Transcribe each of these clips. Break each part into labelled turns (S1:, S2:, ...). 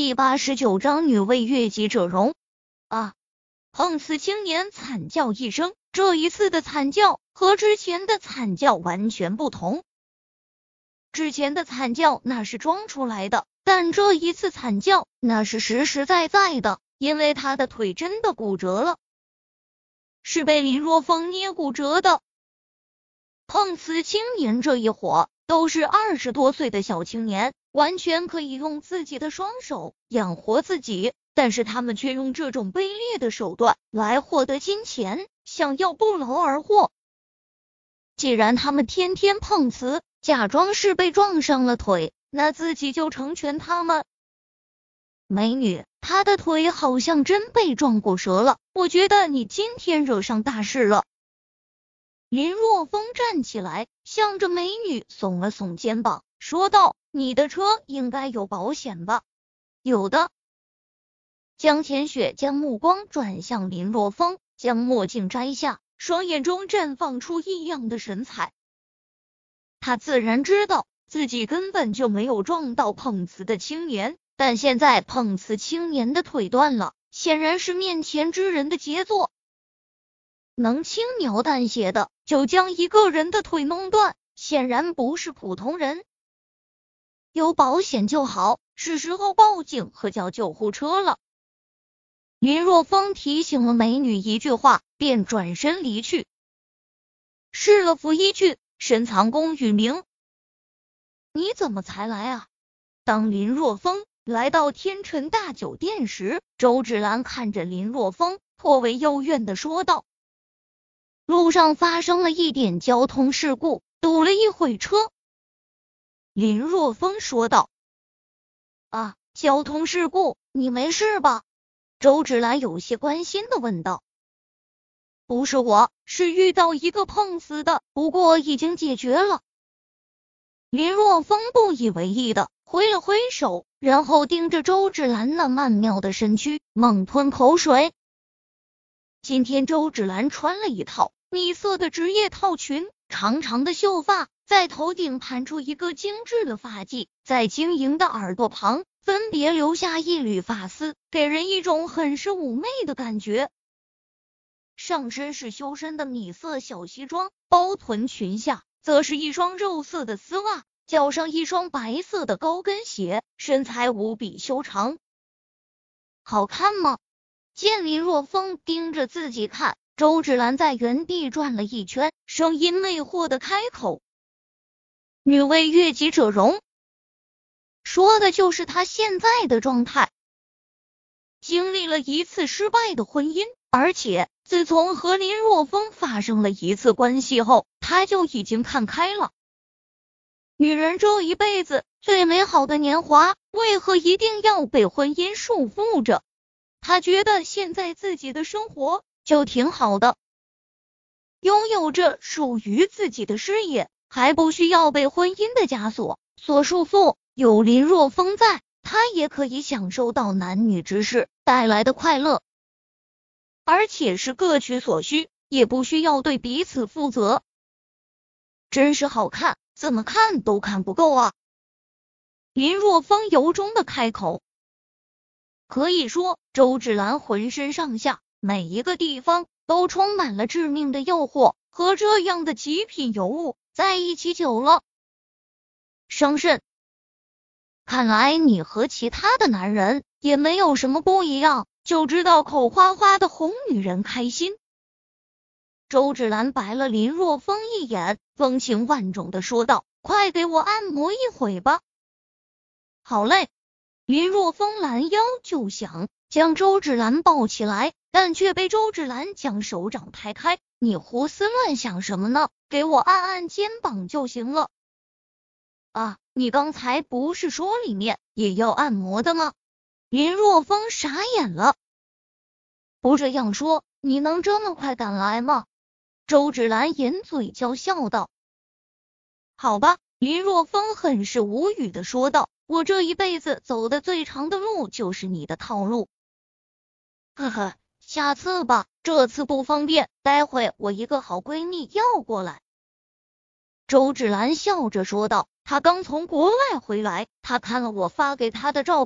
S1: 第89章女为悦己者容。碰瓷青年惨叫一声，这一次的惨叫和之前的惨叫完全不同。之前的惨叫那是装出来的，但这一次惨叫那是实实在在的，因为他的腿真的骨折了，是被林若风捏骨折的。碰瓷青年这一伙都是20多岁的小青年，完全可以用自己的双手养活自己，但是他们却用这种卑劣的手段来获得金钱，想要不劳而获。既然他们天天碰瓷，假装是被撞伤了腿，那自己就成全他们。美女，她的腿好像真被撞骨折了，我觉得你今天惹上大事了。林若风站起来，向着美女耸了耸肩膀，说道：你的车应该有保险吧？有的。江浅雪将目光转向林若风，将墨镜摘下，双眼中绽放出异样的神采。他自然知道自己根本就没有撞到碰瓷的青年，但现在碰瓷青年的腿断了，显然是面前之人的杰作。能轻描淡写的就将一个人的腿弄断，显然不是普通人。有保险就好，是时候报警和叫救护车了。林若风提醒了美女一句话，便转身离去。市了府一句，深藏功与名。你怎么才来啊？当林若风来到天辰大酒店时，周芷兰看着林若风，颇为幽怨地说道：路上发生了一点交通事故，堵了一会车。林若风说道：交通事故，你没事吧？周芷兰有些关心地问道。不是我，是遇到一个碰瓷的，不过已经解决了。林若风不以为意的挥了挥手，然后盯着周芷兰那曼妙的身躯，猛吞口水。今天周芷兰穿了一套米色的职业套裙，长长的秀发在头顶盘出一个精致的发髻，在晶莹的耳朵旁分别留下一缕发丝，给人一种很是妩媚的感觉。上身是修身的米色小西装，包臀裙下则是一双肉色的丝袜，脚上一双白色的高跟鞋，身材无比修长。好看吗？见林若风盯着自己看，周芷兰在原地转了一圈，声音魅惑的开口：女为悦己者容。说的就是她现在的状态。经历了一次失败的婚姻，而且自从和林若风发生了一次关系后，她就已经看开了。女人这一辈子最美好的年华，为何一定要被婚姻束缚着？她觉得现在自己的生活就挺好的，拥有着属于自己的事业，还不需要被婚姻的枷锁所束缚。有林若风在，她也可以享受到男女之事带来的快乐，而且是各取所需，也不需要对彼此负责。真是好看，怎么看都看不够啊！林若风由衷的开口。可以说，周芷兰浑身上下每一个地方都充满了致命的诱惑，和这样的极品尤物在一起久了伤肾。看来你和其他的男人也没有什么不一样，就知道口花花的哄女人开心。周芷兰白了林若风一眼，风情万种的说道：快给我按摩一会吧。好嘞。林若风拦腰就想将周芷兰抱起来，但却被周芷兰将手掌拍开。你胡思乱想什么呢？给我按按肩膀就行了。你刚才不是说里面也要按摩的吗？林若风傻眼了。不这样说，你能这么快赶来吗？周芷兰掩嘴娇笑道。好吧，林若风很是无语的说道，我这一辈子走的最长的路就是你的套路。呵呵，下次吧，这次不方便，待会我一个好闺蜜要过来。周芷兰笑着说道，她刚从国外回来，她看了我发给她的照片，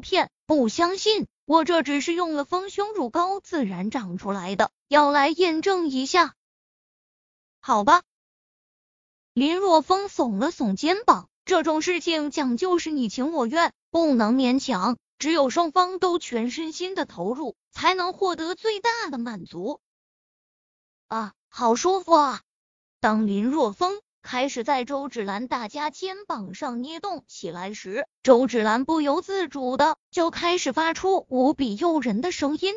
S1: 不相信，我这只是用了丰胸乳膏自然长出来的，要来验证一下。好吧。林若风耸了耸肩膀，这种事情讲究是你情我愿，不能勉强，只有双方都全身心的投入，才能获得最大的满足。啊，好舒服啊！当林若风开始在周芷兰大家肩膀上捏动起来时，周芷兰不由自主的就开始发出无比诱人的声音。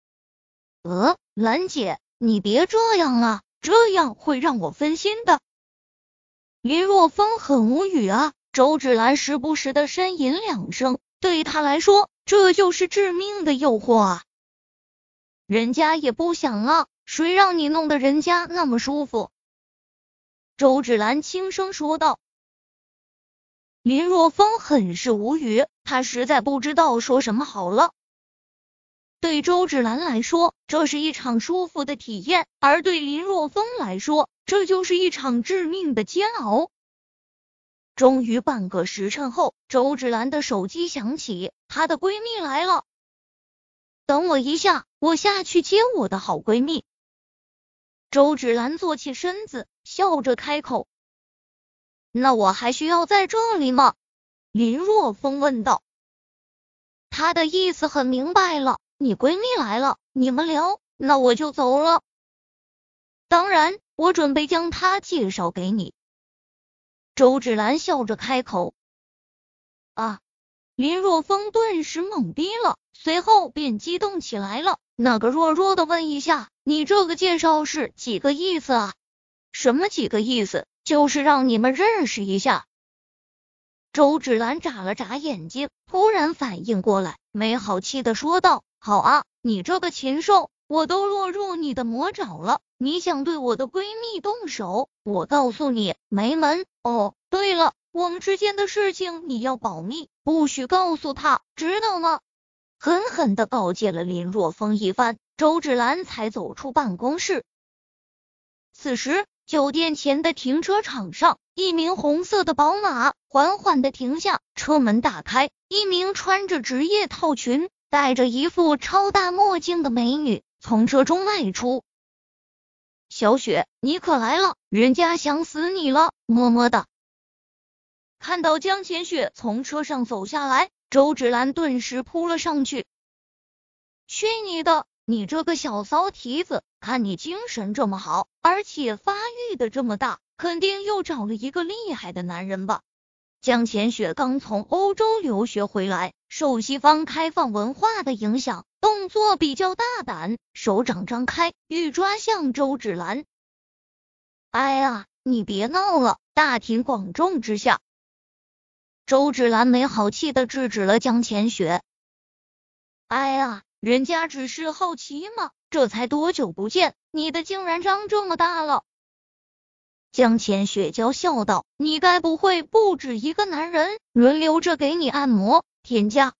S1: 兰姐，你别这样啊，这样会让我分心的。林若风很无语啊，周芷兰时不时的呻吟2声，对他来说，这就是致命的诱惑啊。人家也不想啊，谁让你弄得人家那么舒服？周芷兰轻声说道。林若风很是无语，他实在不知道说什么好了。对周芷兰来说，这是一场舒服的体验，而对林若风来说，这就是一场致命的煎熬。终于半个时辰后，周芷兰的手机响起，她的闺蜜来了。等我一下，我下去接我的好闺蜜。周芷兰坐起身子，笑着开口。那我还需要在这里吗？林若风问道。她的意思很明白了，你闺蜜来了，你们聊，那我就走了。当然，我准备将她介绍给你。周芷兰笑着开口。啊！林若风顿时懵逼了，随后便激动起来了，那个弱弱的问一下，你这个介绍是几个意思啊？什么几个意思？就是让你们认识一下。周芷兰眨了眨眼睛，突然反应过来，没好气的说道，好啊，你这个禽兽，我都落入你的魔爪了，你想对我的闺蜜动手，我告诉你，没门。哦，对了，我们之间的事情你要保密，不许告诉她，知道吗？狠狠地告诫了林若风一番，周芷兰才走出办公室。此时，酒店前的停车场上，一名红色的宝马缓缓地停下，车门打开，一名穿着职业套裙，戴着一副超大墨镜的美女从车中迈出。小雪，你可来了，人家想死你了，么么哒。看到江浅雪从车上走下来，周芷兰顿时扑了上去。去你的！你这个小骚蹄子，看你精神这么好，而且发育的这么大，肯定又找了一个厉害的男人吧？江浅雪刚从欧洲留学回来，受西方开放文化的影响，动作比较大胆，手掌张开，欲抓向周芷兰。哎呀，你别闹了！大庭广众之下，周芷兰没好气的制止了江浅雪。哎呀，人家只是好奇嘛，这才多久不见，你的竟然张这么大了。江浅雪娇笑道，你该不会不止一个男人轮流着给你按摩，天价